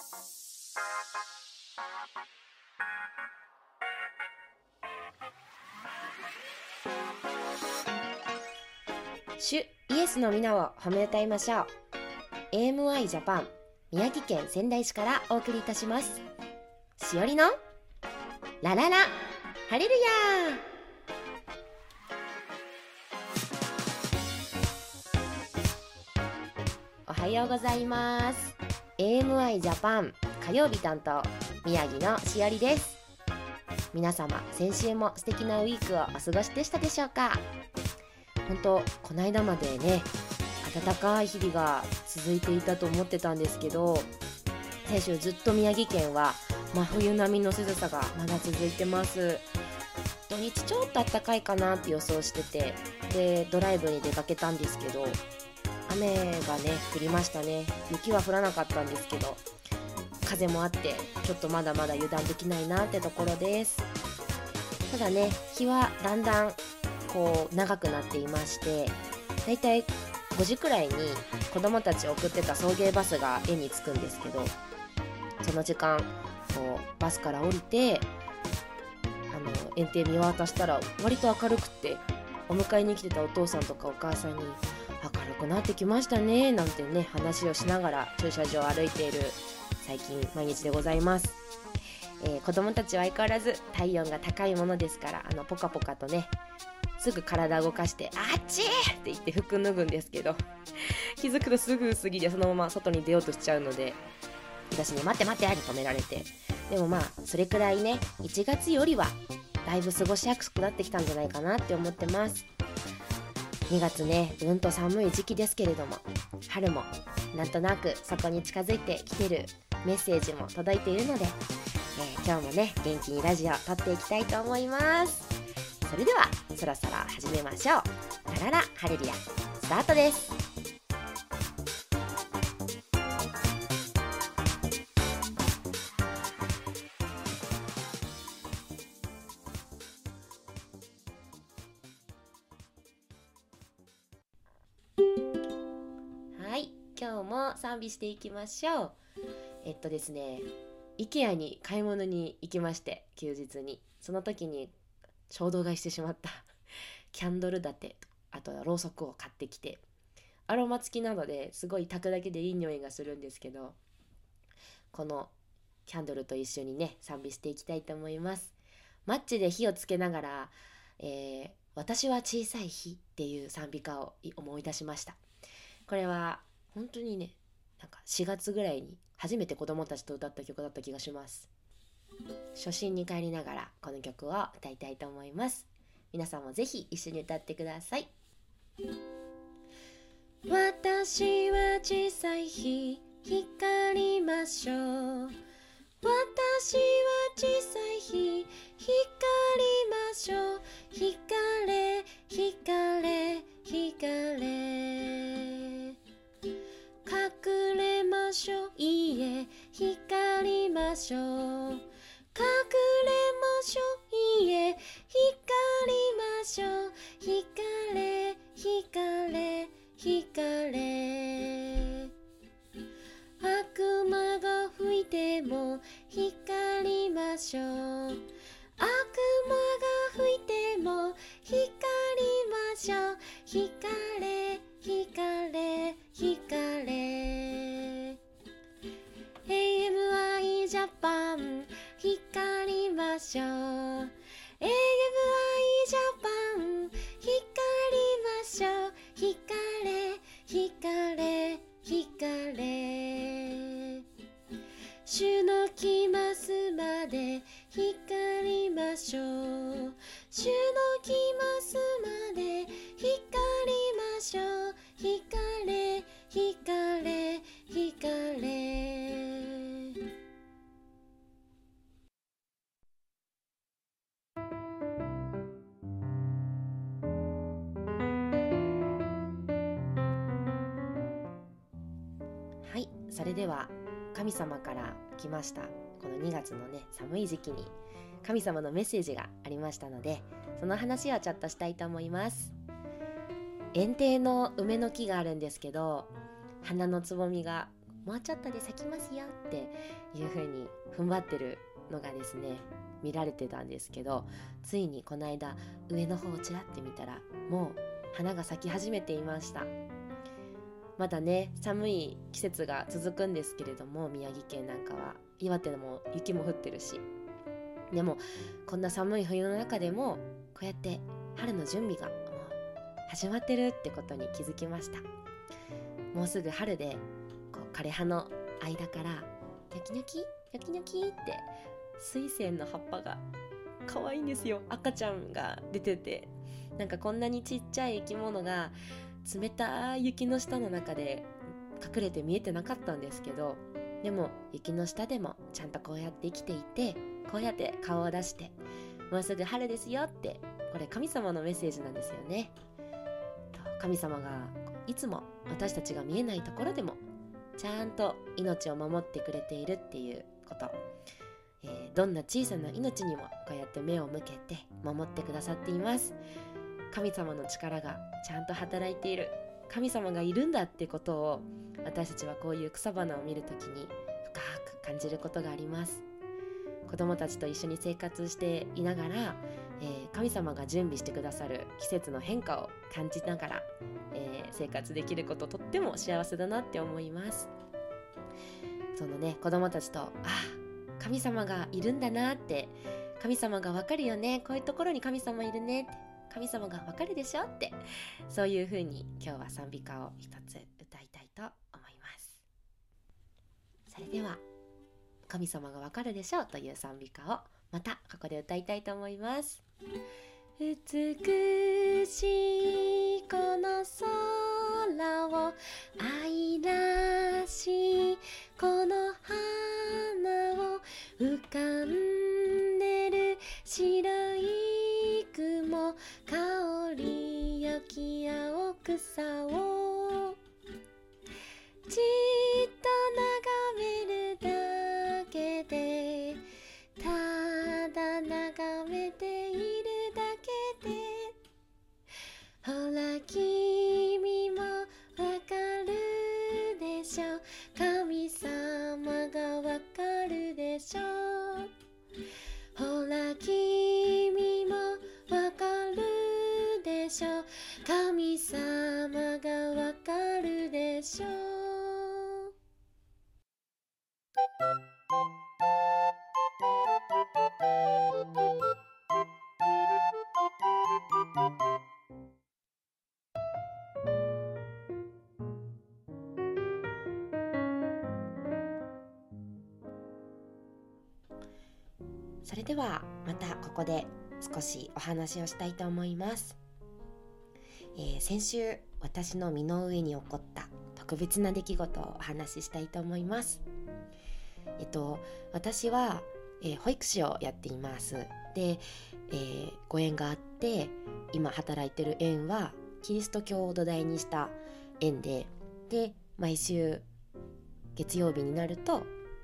主イエスの皆を褒め歌いましょう。 AMI ジャパン宮城県仙台市からお送りいたします。しおりのラララハレルヤー。おはようございます。 AMI ジャパン火曜日担当宮城のしおりです。皆様先週も素敵なウィークをお過ごしでしたでしょうか。本当この間までね暖かい日々が続いていたと思ってたんですけど、先週ずっと宮城県は真冬並みの涼さがまだ続いてます。土日ちょっと暖かいかなって予想してて、でドライブに出かけたんですけど雨がね降りましたね。雪は降らなかったんですけど風もあってちょっとまだまだ油断できないなってところです。ただね日はだんだんこう長くなっていまして、だいたい5時くらいに子供たちを送ってた送迎バスが家に着くんですけど、その時間こうバスから降りて園庭見渡したら割と明るくって、お迎えに来てたお父さんとかお母さんに明るくなってきましたねなんてね話をしながら駐車場を歩いている最近毎日でございます。子供たちは相変わらず体温が高いものですから、ポカポカとねすぐ体を動かしてあっちーって言って服脱ぐんですけど気づくとすぐ薄着でそのまま外に出ようとしちゃうので、私に待って待ってって止められて、でもまあそれくらいね1月よりはだいぶ過ごしやすくなってきたんじゃないかなって思ってます。2月ねうんと寒い時期ですけれども、春もなんとなくそこに近づいてきてるメッセージも届いているので、今日もね元気にラジオ撮っていきたいと思います。それではそろそろ始めましょう。ラララハレルヤスタートです。はい、今日も賛美していきましょう。ですねIKEA に買い物に行きまして、休日にその時に衝動買いしてしまったキャンドル立てと、あとはろうそくを買ってきて、アロマ付きなのですごい炊くだけでいい匂いがするんですけど、このキャンドルと一緒にね賛美していきたいと思います。マッチで火をつけながら、私は小さい日っていう賛美歌を思い出しました。これは本当にねなんか4月ぐらいに初めて子供たちと歌った曲だった気がします。初心に帰りながらこの曲を歌いたいと思います。皆さんもぜひ一緒に歌ってください。私は小さい日光りましょう。私は小さい日光りましょう。光れ光れ光れ、隠れましょう。いいえ光りましょう。隠れましょう。いいえ光りましょう。光れ光れ光れ、悪魔が吹いても光りましょう。悪魔が吹いても光りましょう。光れ光れ光れ、 AMI ジャパン光りましょう。 AMI ジャパン光りましょう。光れ光れ光れ、主の来ますまで光りましょう。主の来ますまで光りましょう。光れ光れ光れ。はい、それでは神様から来ましたこの2月のね寒い時期に神様のメッセージがありましたので、その話をちょっとしたいと思います。園庭の梅の木があるんですけど、花のつぼみがもうちょっとで咲きますよっていう風に踏ん張ってるのがですね見られてたんですけど、ついにこの間上の方をちらって見たらもう花が咲き始めていました。まだね寒い季節が続くんですけれども、宮城県なんかは岩手でも雪も降ってるし、でもこんな寒い冬の中でもこうやって春の準備がもう始まってるってことに気づきました。もうすぐ春でこう枯葉の間からニョキニョキニョキニョキって水仙の葉っぱが可愛いんですよ。赤ちゃんが出てて、なんかこんなにちっちゃい生き物が冷たい雪の下の中で隠れて見えてなかったんですけど、でも雪の下でもちゃんとこうやって生きていて、こうやって顔を出してもうすぐ春ですよって、これ神様のメッセージなんですよね。神様がいつも私たちが見えないところでもちゃんと命を守ってくれているっていうこと、どんな小さな命にもこうやって目を向けて守ってくださっています。神様の力がちゃんと働いている、神様がいるんだってことを私たちはこういう草花を見るときに深く感じることがあります。子供たちと一緒に生活していながら、神様が準備してくださる季節の変化を感じながら、生活できることとっても幸せだなって思います。そのね子供たちと神様がいるんだなって、神様がわかるよね、こういうところに神様いるねって、神様がわかるでしょって、そういう風に今日は賛美歌を一つ歌いたいと思います。それでは神様がわかるでしょうという賛美歌をまたここで歌いたいと思います。美しいこの空を愛らしいこの花を浮かんでる白い雲、香りよき青草をじっと眺めるだけで、ただ眺めているだけで、ほら君もわかるでしょ、神様がわかるでしょ、ほら君もわかるでしょ、神様がわかるでしょ。それではまたここで少しお話をしたいと思います。先週私の身の上に起こった特別な出来事をお話ししたいと思います。私は、保育士をやっています。で、ご縁があって今働いてる園はキリスト教を土台にした園で、毎週月曜日になると、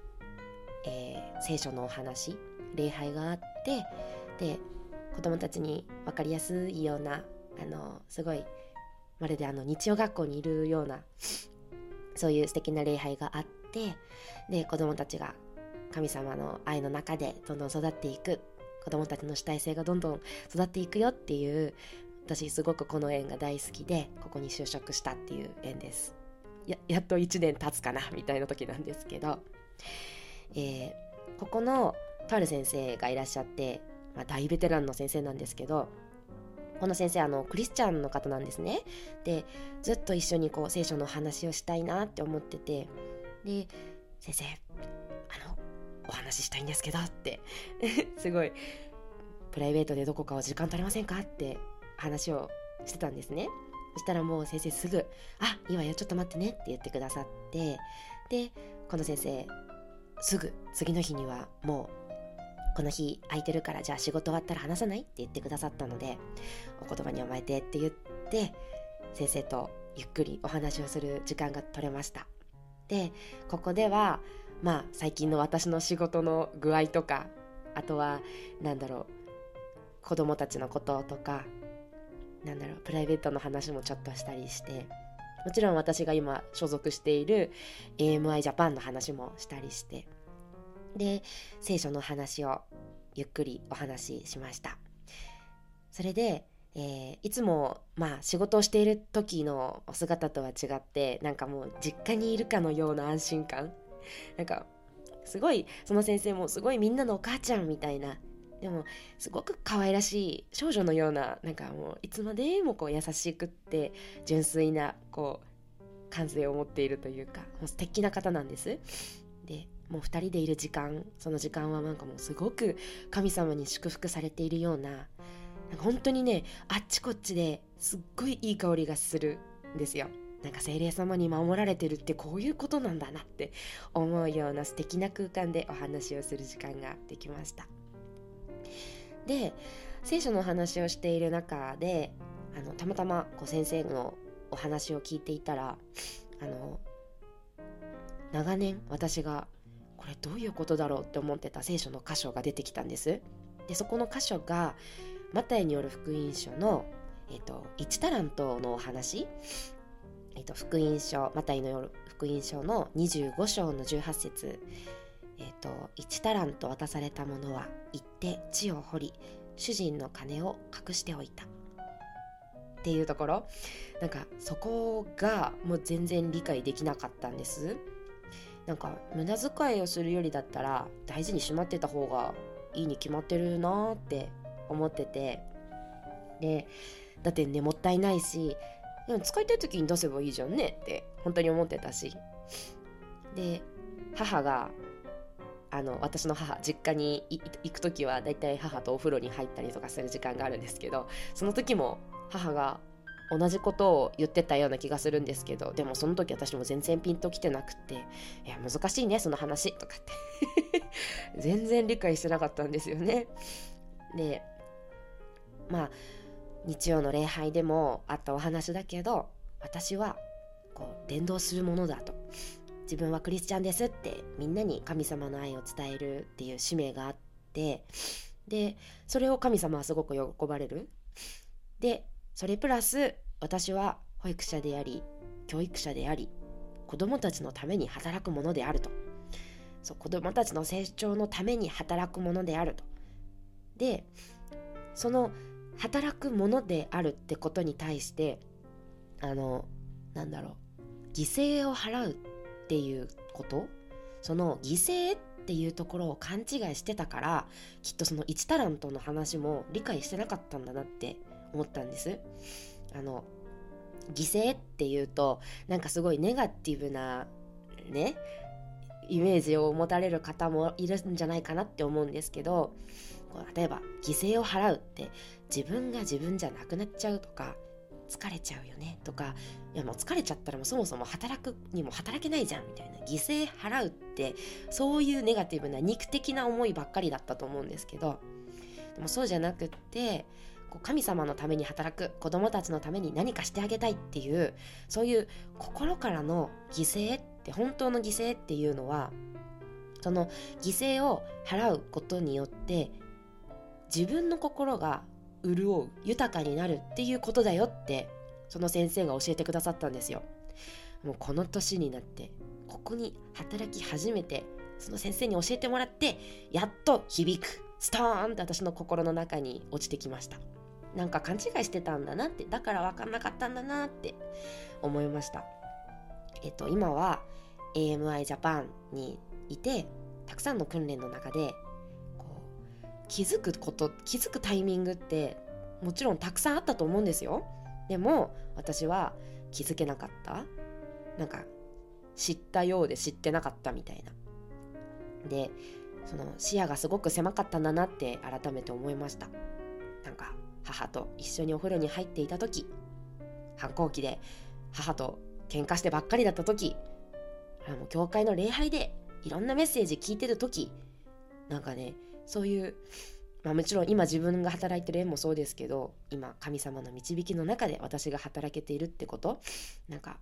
聖書のお話、礼拝があって、で子供たちに分かりやすいようなすごいまるで日曜学校にいるようなそういう素敵な礼拝があって、で子供たちが神様の愛の中でどんどん育っていく、子供たちの主体性がどんどん育っていくよっていう、私すごくこの園が大好きでここに就職したっていう園です。やっと1年経つかなみたいな時なんですけど、ここのとある先生がいらっしゃって、大ベテランの先生なんですけど、この先生クリスチャンの方なんですね。でずっと一緒に聖書の話をしたいなって思ってて、で先生お話ししたいんですけどってすごいプライベートでどこかを時間取れませんかって話をしてたんですね。そしたらもう先生すぐいいわよ、ちょっと待ってねって言ってくださって、でこの先生すぐ次の日にはもうこの日空いてるからじゃあ仕事終わったら話さないって言ってくださったので、お言葉に甘えてって言って先生とゆっくりお話をする時間が取れました。でここでは最近の私の仕事の具合とか、あとは子供たちのこととかプライベートの話もちょっとしたりして、 もちろん私が今所属している AMI ジャパンの話もしたりして、で聖書の話をゆっくりお話ししました。それで、いつも仕事をしている時のお姿とは違って、なんかもう実家にいるかのような安心感、なんかすごいその先生もすごいみんなのお母ちゃんみたいな、でもすごく可愛らしい少女のような、なんかもういつまでもこう優しくって純粋なこう感性を持っているというか、もう素敵な方なんです。でもう2人でいる時間、その時間はなんかもうすごく神様に祝福されているような、なんか本当にね、あっちこっちですっごいいい香りがするんですよ。なんか聖霊様に守られてるってこういうことなんだなって思うような素敵な空間でお話をする時間ができました。で聖書の話をしている中で、たまたまこう先生のお話を聞いていたら、長年私がこれどういうことだろうって思ってた聖書の箇所が出てきたんです。でそこの箇所がマタイによる福音書の、1タラントのお話、福音書マタイのよる福音書の25章の18節、1タラント渡された者は行って地を掘り主人の金を隠しておいたっていうところ、なんかそこがもう全然理解できなかったんです。なんか無駄遣いをするよりだったら大事にしまってた方がいいに決まってるなって思ってて、でだってね、もったいないし、でも使いたい時に出せばいいじゃんねって本当に思ってたし、で母が私の母、実家に行く時はだいたい母とお風呂に入ったりとかする時間があるんですけど、その時も母が同じことを言ってたような気がするんですけど、でもその時私も全然ピンときてなくて、いや難しいねその話とかって全然理解してなかったんですよね。で日曜の礼拝でもあったお話だけど、私はこう伝道するものだと、自分はクリスチャンですってみんなに神様の愛を伝えるっていう使命があって、でそれを神様はすごく喜ばれる。でそれプラス私は保育者であり教育者であり子どもたちのために働くものであると、そう子どもたちの成長のために働くものであると。でその働くものであるってことに対して犠牲を払うっていうこと、その犠牲っていうところを勘違いしてたから、きっとその1タラントの話も理解してなかったんだなって思ったんです。犠牲っていうとなんかすごいネガティブなねイメージを持たれる方もいるんじゃないかなって思うんですけど、例えば犠牲を払うって自分が自分じゃなくなっちゃうとか、疲れちゃうよねとか、いやもう疲れちゃったらもうそもそも働くにも働けないじゃんみたいな、犠牲払うってそういうネガティブな肉的な思いばっかりだったと思うんですけど、でもそうじゃなくって、神様のために働く、子供たちのために何かしてあげたいっていう、そういう心からの犠牲って、本当の犠牲っていうのは、その犠牲を払うことによって自分の心が潤う、豊かになるっていうことだよってその先生が教えてくださったんですよ。もうこの年になってここに働き始めて、その先生に教えてもらってやっと響く、ストーンって私の心の中に落ちてきました。なんか勘違いしてたんだなって、だから分かんなかったんだなって思いました。今は AMI ジャパンにいて、たくさんの訓練の中で気づくタイミングってもちろんたくさんあったと思うんですよ。でも私は気づけなかった、なんか知ったようで知ってなかったみたいな。でその視野がすごく狭かったんだなって改めて思いました。なんか母と一緒にお風呂に入っていた時、反抗期で母と喧嘩してばっかりだった時、もう教会の礼拝でいろんなメッセージ聞いてる時、なんかね、そういう、もちろん今自分が働いてる縁もそうですけど、今神様の導きの中で私が働けているってこと、なんか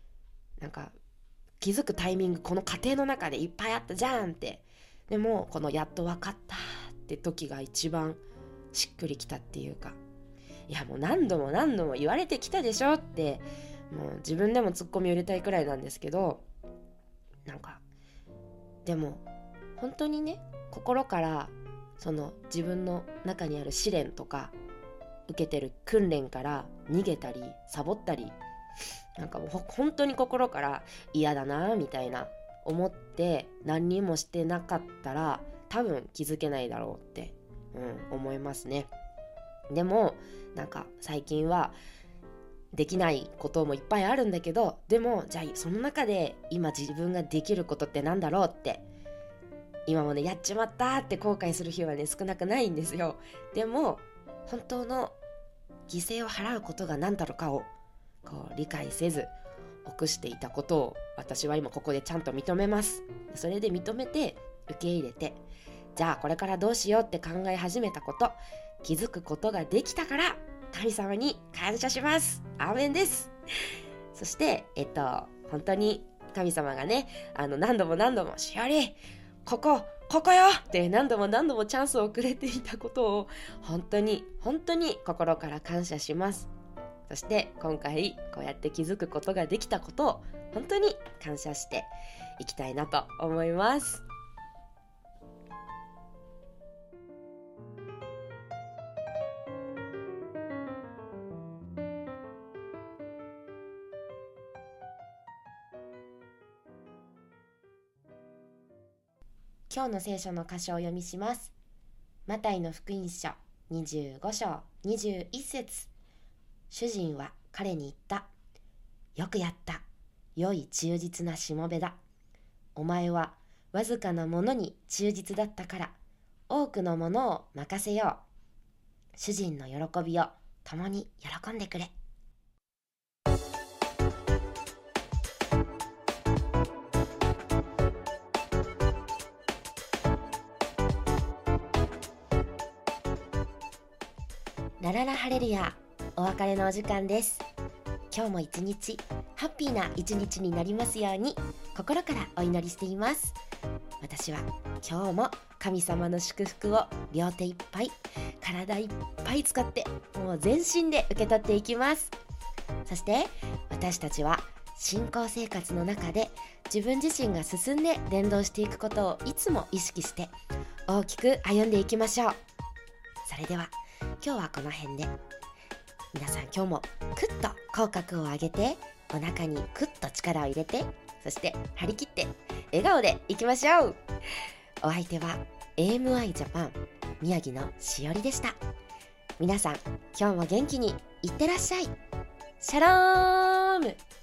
気づくタイミング、この過程の中でいっぱいあったじゃんって。でもこのやっと分かったって時が一番しっくりきたっていうか、いやもう何度も言われてきたでしょって、 もう自分でもツッコミを入れたいくらいなんですけど、なんかでも本当にね、心からその自分の中にある試練とか受けてる訓練から逃げたりサボったり、なんかもう本当に心から嫌だなみたいな思って何にもしてなかったら多分気づけないだろうって、思いますね。でもなんか最近はできないこともいっぱいあるんだけど、でもじゃあその中で今自分ができることってなんだろうって、今もねやっちまったって後悔する日はね少なくないんですよ。でも本当の犠牲を払うことが何だろうかをこう理解せず臆していたことを私は今ここでちゃんと認めます。それで認めて受け入れて、じゃあこれからどうしようって考え始めたこと、気づくことができたから神様に感謝します。アーメンです。そして本当に神様がね何度もしおりここよって何度もチャンスをくれていたことを本当に心から感謝します。そして今回こうやって気づくことができたことを本当に感謝していきたいなと思います。今日の聖書の箇所を読みします。マタイの福音書25章21節。主人は彼に言った。よくやった。良い忠実なしもべだ。お前はわずかなものに忠実だったから、多くのものを任せよう。主人の喜びを共に喜んでくれ。ラララハレルヤ、お別れのお時間です。今日も一日ハッピーな一日になりますように心からお祈りしています。私は今日も神様の祝福を両手いっぱい、体いっぱい使ってもう全身で受け取っていきます。そして私たちは信仰生活の中で自分自身が進んで伝道していくことをいつも意識して大きく歩んでいきましょう。それでは今日はこの辺で。皆さん今日もクッと口角を上げて、お腹にクッと力を入れて、そして張り切って笑顔でいきましょう。お相手は AMI ジャパン宮城のしおりでした。皆さん今日も元気にいってらっしゃい。シャローム。